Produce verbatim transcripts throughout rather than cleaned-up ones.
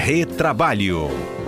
Retrabalho.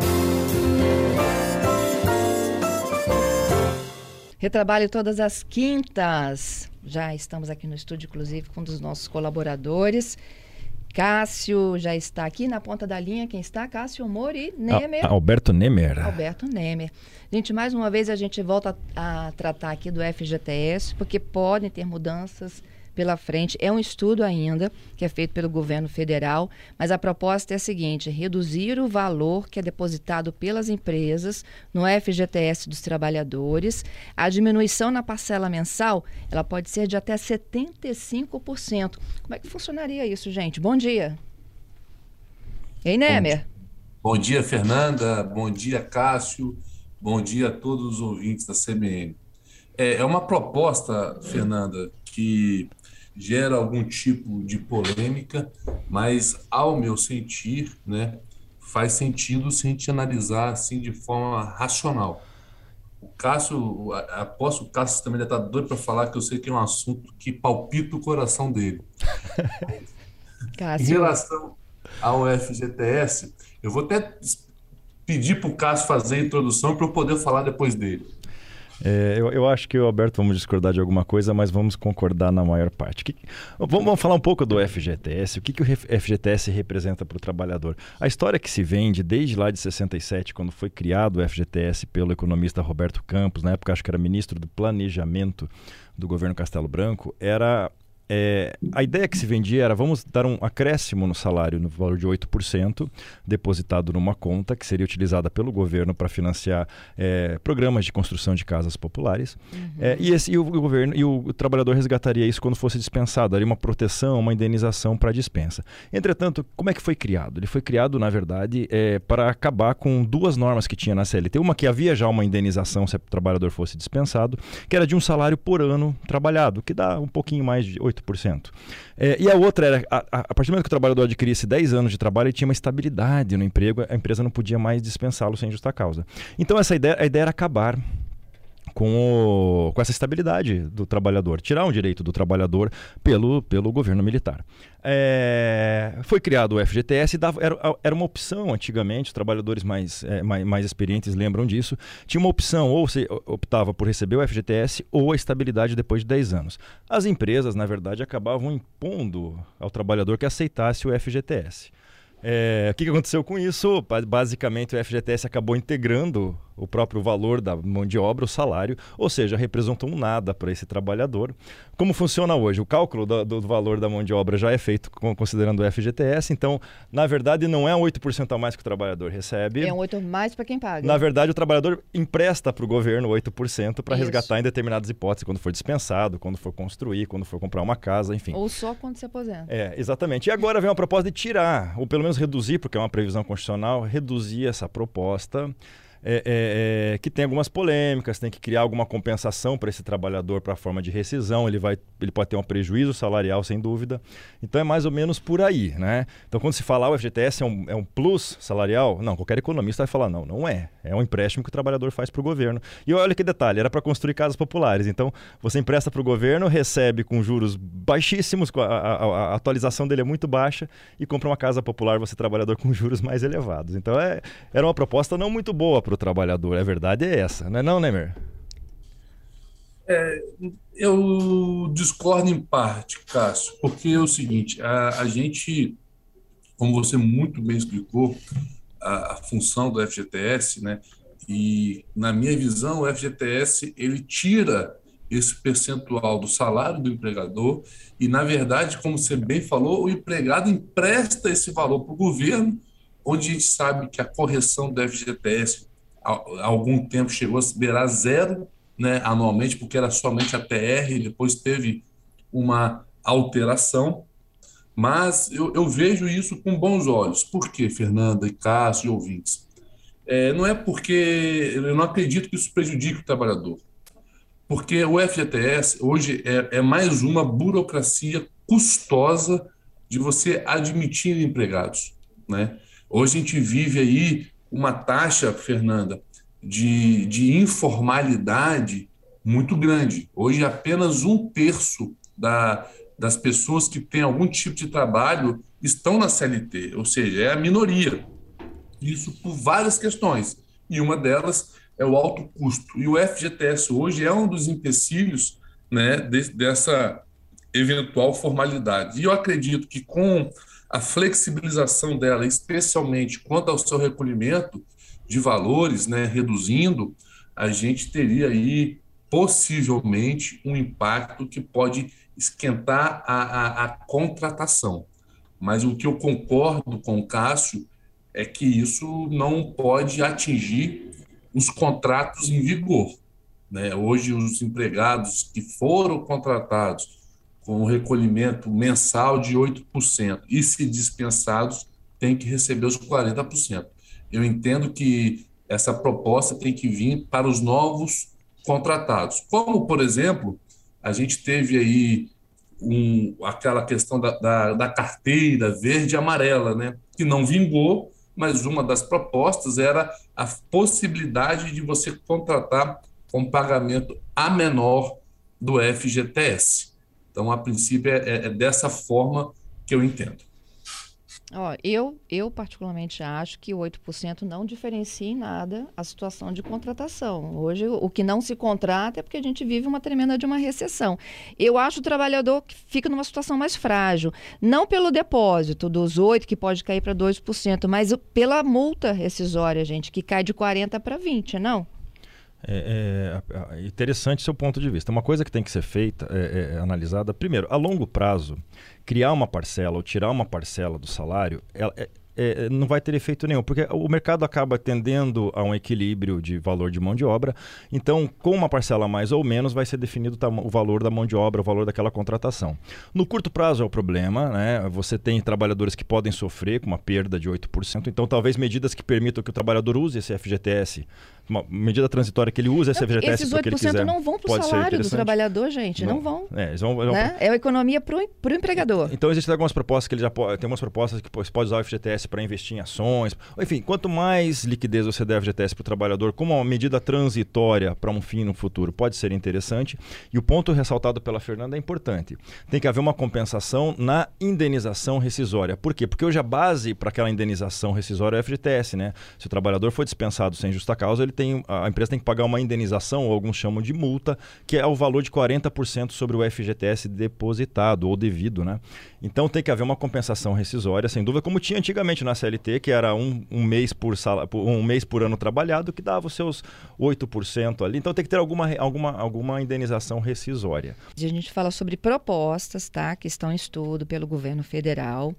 Retrabalho todas as quintas. Já estamos aqui no estúdio, inclusive, com um dos nossos colaboradores. Cássio já está aqui na ponta da linha. Quem está? Cássio Mori Nemer. Alberto Nemer. Alberto Nemer. Gente, mais uma vez a gente volta a, a tratar aqui do F G T S, porque podem ter mudanças pela frente. É um estudo ainda, que é feito pelo governo federal, mas a proposta é a seguinte: reduzir o valor que é depositado pelas empresas no F G T S dos trabalhadores. A diminuição na parcela mensal, ela pode ser de até setenta e cinco por cento. Como é que funcionaria isso, gente? Bom dia. Ei, Nemer. Bom, bom dia, Fernanda. Bom dia, Cássio. Bom dia a todos os ouvintes da C B N. É, é uma proposta, Fernanda, que gera algum tipo de polêmica, mas, ao meu sentir, né, faz sentido se a gente analisar assim de forma racional. O Cássio, aposto que o Cássio também deve estar doido para falar, que eu sei que é um assunto que palpita o coração dele. Cássio. Em relação ao F G T S, eu vou até pedir para o Cássio fazer a introdução para eu poder falar depois dele. É, eu, eu acho que o Alberto vamos discordar de alguma coisa, mas vamos concordar na maior parte. Que, vamos, vamos falar um pouco do F G T S. O que, que o F G T S representa para o trabalhador? A história que se vende desde lá de sessenta e sete, quando foi criado o F G T S pelo economista Roberto Campos, na época acho que era ministro do Planejamento do governo Castelo Branco, era... É, a ideia que se vendia era: vamos dar um acréscimo no salário no valor de oito por cento, depositado numa conta que seria utilizada pelo governo para financiar é, programas de construção de casas populares. Uhum. É, e, esse, e, o, o governo, e o, o trabalhador resgataria isso quando fosse dispensado, daria uma proteção, uma indenização para a dispensa. Entretanto, como é que foi criado? Ele foi criado, na verdade, é, para acabar com duas normas que tinha na C L T. Uma que havia já uma indenização se o trabalhador fosse dispensado, que era de um salário por ano trabalhado, que dá um pouquinho mais de oito por cento. É, e a outra era, a, a, a partir do momento que o trabalhador adquirisse dez anos de trabalho, ele tinha uma estabilidade no emprego, a empresa não podia mais dispensá-lo sem justa causa. Então essa ideia, a ideia era acabar com, o, com essa estabilidade do trabalhador, tirar um direito do trabalhador pelo, pelo governo militar. É, foi criado o F G T S, dava, era, era uma opção antigamente, os trabalhadores mais, é, mais, mais experientes lembram disso, tinha uma opção, ou você optava por receber o F G T S ou a estabilidade depois de dez anos. As empresas, na verdade, acabavam impondo ao trabalhador que aceitasse o F G T S. É, o que aconteceu com isso? Basicamente, o F G T S acabou integrando o próprio valor da mão de obra, o salário, ou seja, representou um nada para esse trabalhador. Como funciona hoje? O cálculo do, do valor da mão de obra já é feito considerando o F G T S, então, na verdade, não é oito por cento a mais que o trabalhador recebe. É um oito por cento a mais para quem paga. Na verdade, o trabalhador empresta para o governo oito por cento para resgatar em determinadas hipóteses, quando for dispensado, quando for construir, quando for comprar uma casa, enfim. Ou só quando se aposenta. É, exatamente. E agora vem uma proposta de tirar, ou pelo menos reduzir, porque é uma previsão constitucional, reduzir essa proposta. É, é, é, que tem algumas polêmicas, tem que criar alguma compensação para esse trabalhador para a forma de rescisão, ele, vai, ele pode ter um prejuízo salarial, sem dúvida. Então é mais ou menos por aí, né? Então quando se falar o F G T S é um, é um plus salarial, não, qualquer economista vai falar, não, não é. É um empréstimo que o trabalhador faz para o governo. E olha que detalhe, era para construir casas populares. Então você empresta para o governo, recebe com juros baixíssimos, a, a, a atualização dele é muito baixa, e compra uma casa popular, você trabalhador, com juros mais elevados. Então é, era uma proposta não muito boa para o trabalhador, a verdade é essa, não é não, Nemer? É, eu discordo em parte, Cássio, porque é o seguinte, a, a gente, como você muito bem explicou, a, a função do F G T S, né, e na minha visão o F G T S ele tira esse percentual do salário do empregador e, na verdade, como você bem falou, o empregado empresta esse valor para o governo, onde a gente sabe que a correção do F G T S há algum tempo chegou a beirar zero, né, anualmente, porque era somente a T R, e depois teve uma alteração, mas eu, eu vejo isso com bons olhos. Por quê, Fernanda e Cássio e ouvintes? É, não é porque eu não acredito que isso prejudique o trabalhador, porque o F G T S hoje é, é mais uma burocracia custosa de você admitir empregados, né? Hoje a gente vive aí uma taxa, Fernanda, de, de informalidade muito grande. Hoje apenas um terço da, das pessoas que têm algum tipo de trabalho estão na C L T, ou seja, é a minoria. Isso por várias questões, e uma delas é o alto custo. E o F G T S hoje é um dos empecilhos, né, de- dessa eventual formalidade. E eu acredito que com a flexibilização dela, especialmente quanto ao seu recolhimento de valores, né, reduzindo, a gente teria aí possivelmente um impacto que pode esquentar a, a, a contratação. Mas o que eu concordo com o Cássio é que isso não pode atingir os contratos em vigor, né? Hoje, os empregados que foram contratados com o recolhimento mensal de oito por cento e, se dispensados, têm que receber os quarenta por cento. Eu entendo que essa proposta tem que vir para os novos contratados. Como, por exemplo, a gente teve aí um, aquela questão da, da, da carteira verde e amarela, né? Que não vingou, mas uma das propostas era a possibilidade de você contratar com pagamento a menor do F G T S. Então, a princípio, é, é dessa forma que eu entendo. Ó, eu, eu particularmente acho que o oito por cento não diferencia em nada a situação de contratação. Hoje, o que não se contrata é porque a gente vive uma tremenda de uma recessão. Eu acho o trabalhador que fica numa situação mais frágil, não pelo depósito dos oito por cento, que pode cair para dois por cento, mas pela multa rescisória, gente, que cai de quarenta para vinte, não? É, é, é interessante seu ponto de vista. Uma coisa que tem que ser feita, é, é, analisada, primeiro, a longo prazo, criar uma parcela ou tirar uma parcela do salário, ela, é, é, não vai ter efeito nenhum, porque o mercado acaba tendendo a um equilíbrio de valor de mão de obra. Então, com uma parcela a mais ou menos, vai ser definido o valor da mão de obra, o valor daquela contratação. No curto prazo é o problema, né? Você tem trabalhadores que podem sofrer com uma perda de oito por cento, então talvez medidas que permitam que o trabalhador use esse F G T S, uma medida transitória que ele use esse F G T S porque ele quiser. Esses oito por cento não vão para o salário do trabalhador, gente, não, não vão. É, eles vão, vão né? É a economia para o empregador. Então, existem algumas propostas que ele já pode, tem umas propostas que você pode usar o F G T S para investir em ações. Enfim, quanto mais liquidez você der F G T S para o trabalhador, como uma medida transitória para um fim no futuro, pode ser interessante. E o ponto ressaltado pela Fernanda é importante. Tem que haver uma compensação na indenização rescisória. Por quê? Porque hoje a base para aquela indenização rescisória é o F G T S, né? Se o trabalhador foi dispensado sem justa causa, ele tem, a empresa tem que pagar uma indenização, ou alguns chamam de multa, que é o valor de quarenta por cento sobre o F G T S depositado ou devido, né? Então tem que haver uma compensação rescisória, sem dúvida, como tinha antigamente na C L T, que era um, um, mês, por sala, um mês por ano trabalhado, que dava os seus oito por cento ali. Então tem que ter alguma, alguma, alguma indenização rescisória. A gente fala sobre propostas, tá, que estão em estudo pelo governo federal,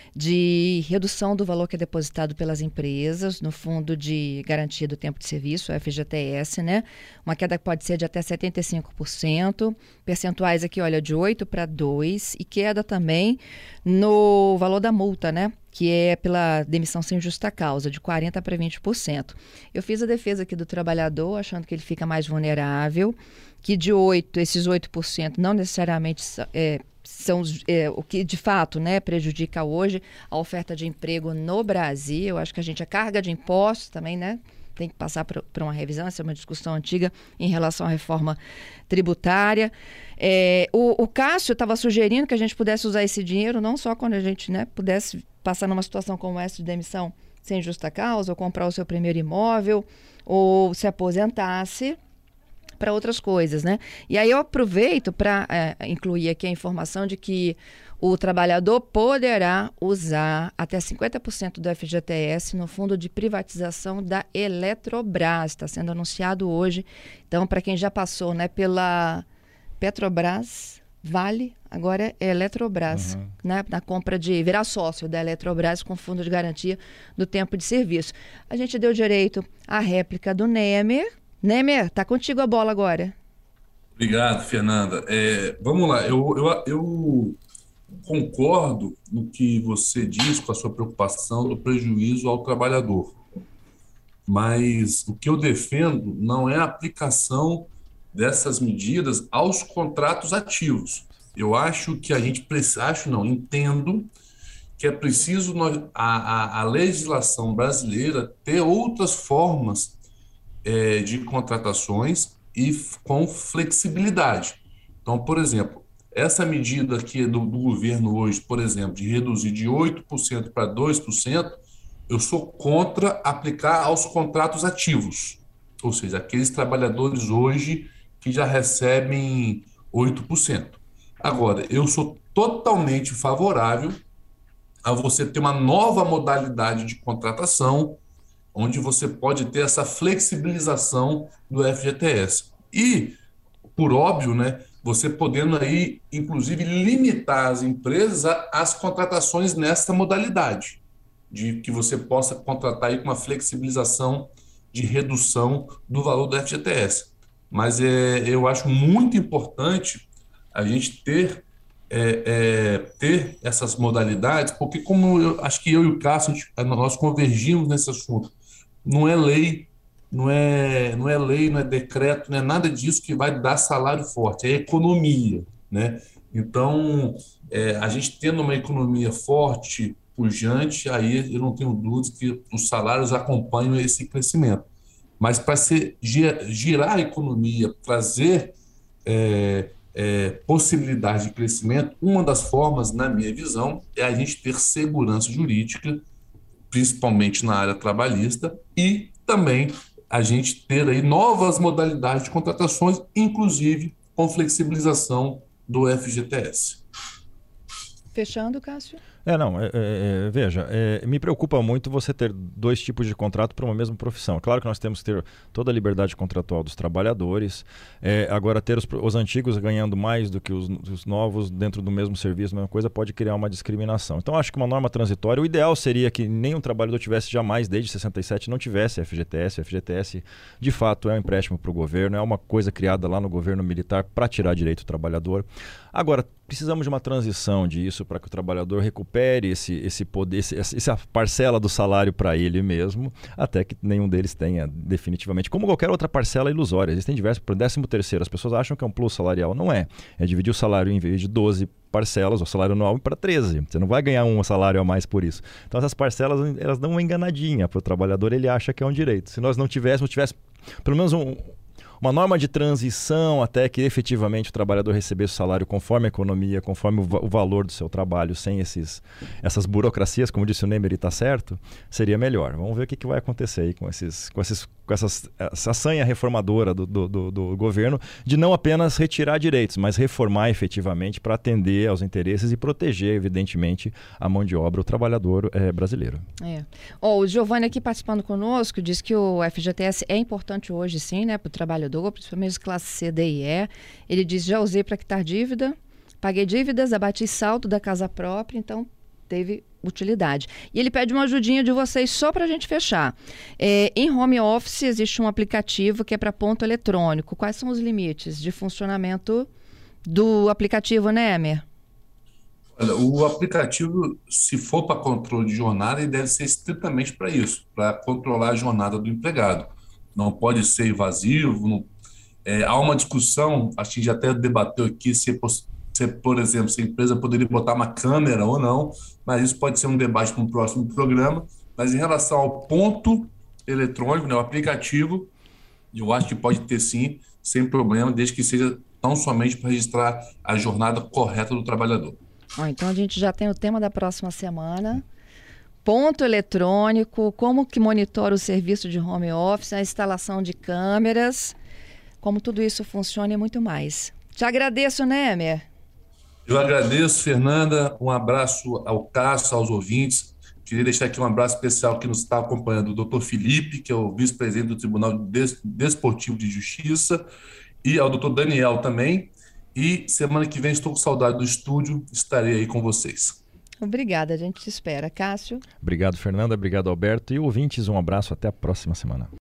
de redução do valor que é depositado pelas empresas no Fundo de Garantia do Tempo de Serviço, o F G T S, né? Uma queda que pode ser de até setenta e cinco por cento, percentuais aqui, olha, de oito para dois, e queda também no valor da multa, né? Que é pela demissão sem justa causa, de quarenta para vinte por cento. Eu fiz a defesa aqui do trabalhador, achando que ele fica mais vulnerável, que de oito, esses oito por cento não necessariamente é, são é, o que de fato, né, prejudica hoje a oferta de emprego no Brasil. Eu acho que a gente, a carga de impostos também, né, tem que passar por, por uma revisão. Essa é uma discussão antiga em relação à reforma tributária. É, o, o Cássio estava sugerindo que a gente pudesse usar esse dinheiro não só quando a gente, né, pudesse passar numa situação como essa de demissão sem justa causa, ou comprar o seu primeiro imóvel, ou se aposentasse, para outras coisas, né? E aí eu aproveito para é, incluir aqui a informação de que o trabalhador poderá usar até cinquenta por cento do F G T S no fundo de privatização da Eletrobras. Está sendo anunciado hoje. Então, para quem já passou, né, pela Petrobras, Vale, agora é Eletrobras, uhum. né, na compra de virar sócio da Eletrobras com fundo de garantia do tempo de serviço. A gente deu direito à réplica do Nemer. Nemer, tá contigo a bola agora. Obrigado, Fernanda. É, vamos lá, eu, eu, eu concordo no que você diz com a sua preocupação do prejuízo ao trabalhador, mas o que eu defendo não é a aplicação dessas medidas aos contratos ativos. Eu acho que a gente precisa, acho não, entendo que é preciso nós, a, a, a legislação brasileira ter outras formas é, de contratações e com flexibilidade. Então, por exemplo, essa medida aqui do, do governo hoje, por exemplo, de reduzir de oito por cento para dois por cento, eu sou contra aplicar aos contratos ativos, ou seja, aqueles trabalhadores hoje que já recebem oito por cento. Agora, eu sou totalmente favorável a você ter uma nova modalidade de contratação, onde você pode ter essa flexibilização do F G T S. E, por óbvio, né, você podendo aí, inclusive, limitar as empresas às contratações nessa modalidade, de que você possa contratar aí com uma flexibilização de redução do valor do F G T S. Mas é, eu acho muito importante a gente ter, é, é, ter essas modalidades, porque como eu acho que eu e o Cássio, nós convergimos nesse assunto, não é lei, não é, não é lei, não é decreto, não é nada disso que vai dar salário forte, é economia, né? Então, é, a gente tendo uma economia forte, pujante, aí eu não tenho dúvidas que os salários acompanham esse crescimento. Mas para se girar a economia, trazer é, é, possibilidade de crescimento, uma das formas, na minha visão, é a gente ter segurança jurídica, principalmente na área trabalhista, e também a gente ter aí novas modalidades de contratações, inclusive com flexibilização do F G T S. Fechando, Cássio? É, não, é, é, veja, é, me preocupa muito você ter dois tipos de contrato para uma mesma profissão. Claro que nós temos que ter toda a liberdade contratual dos trabalhadores, é, agora ter os, os antigos ganhando mais do que os, os novos dentro do mesmo serviço, a mesma coisa, pode criar uma discriminação. Então, acho que uma norma transitória, o ideal seria que nenhum trabalhador tivesse jamais, desde sessenta e sete, não tivesse F G T S. F G T S, de fato, é um empréstimo para o governo, é uma coisa criada lá no governo militar para tirar direito do trabalhador. Agora, precisamos de uma transição disso para que o trabalhador recupere esse, esse poder, esse, essa parcela do salário para ele mesmo, até que nenhum deles tenha definitivamente, como qualquer outra parcela ilusória. Existem diversos, para o décimo terceiro, as pessoas acham que é um plus salarial, não é. É dividir o salário em vez de doze parcelas, o salário anual para treze. Você não vai ganhar um salário a mais por isso. Então essas parcelas, elas dão uma enganadinha para o trabalhador, ele acha que é um direito. Se nós não tivéssemos, tivesse pelo menos um... uma norma de transição até que efetivamente o trabalhador recebesse o salário conforme a economia, conforme o, va- o valor do seu trabalho, sem esses, essas burocracias, como disse o Nemer, e está certo, seria melhor. Vamos ver o que, que vai acontecer aí com, esses, com, esses, com essas, essa sanha reformadora do, do, do, do governo de não apenas retirar direitos, mas reformar efetivamente para atender aos interesses e proteger, evidentemente, a mão de obra, o trabalhador é, brasileiro. É. Oh, o Giovanni aqui participando conosco diz que o F G T S é importante hoje, sim, né, para o trabalhador, principalmente classe C, D e E. Ele diz, já usei para quitar dívida, paguei dívidas, abati saldo da casa própria, então teve utilidade. E ele pede uma ajudinha de vocês só para a gente fechar. É, em home office existe um aplicativo que é para ponto eletrônico. Quais são os limites de funcionamento do aplicativo, né, Emer? Olha, o aplicativo, se for para controle de jornada, ele deve ser estritamente para isso, para controlar a jornada do empregado. Não pode ser invasivo. Não, é, há uma discussão, a gente já até debateu aqui se, se, por exemplo, se a empresa poderia botar uma câmera ou não, mas isso pode ser um debate para um próximo programa. Mas em relação ao ponto eletrônico, né, o aplicativo, eu acho que pode ter sim, sem problema, desde que seja tão somente para registrar a jornada correta do trabalhador. Ó, então a gente já tem o tema da próxima semana. Ponto eletrônico, como que monitora o serviço de home office, a instalação de câmeras, como tudo isso funciona e muito mais. Te agradeço, né, Emer? Eu agradeço, Fernanda, um abraço ao Cássio, aos ouvintes. Queria deixar aqui um abraço especial que nos está acompanhando o doutor Felipe, que é o vice-presidente do Tribunal Desportivo de Justiça, e ao doutor Daniel também. E semana que vem estou com saudade do estúdio, estarei aí com vocês. Obrigada, a gente te espera. Cássio? Obrigado, Fernanda. Obrigado, Alberto. E ouvintes, um abraço. Até a próxima semana.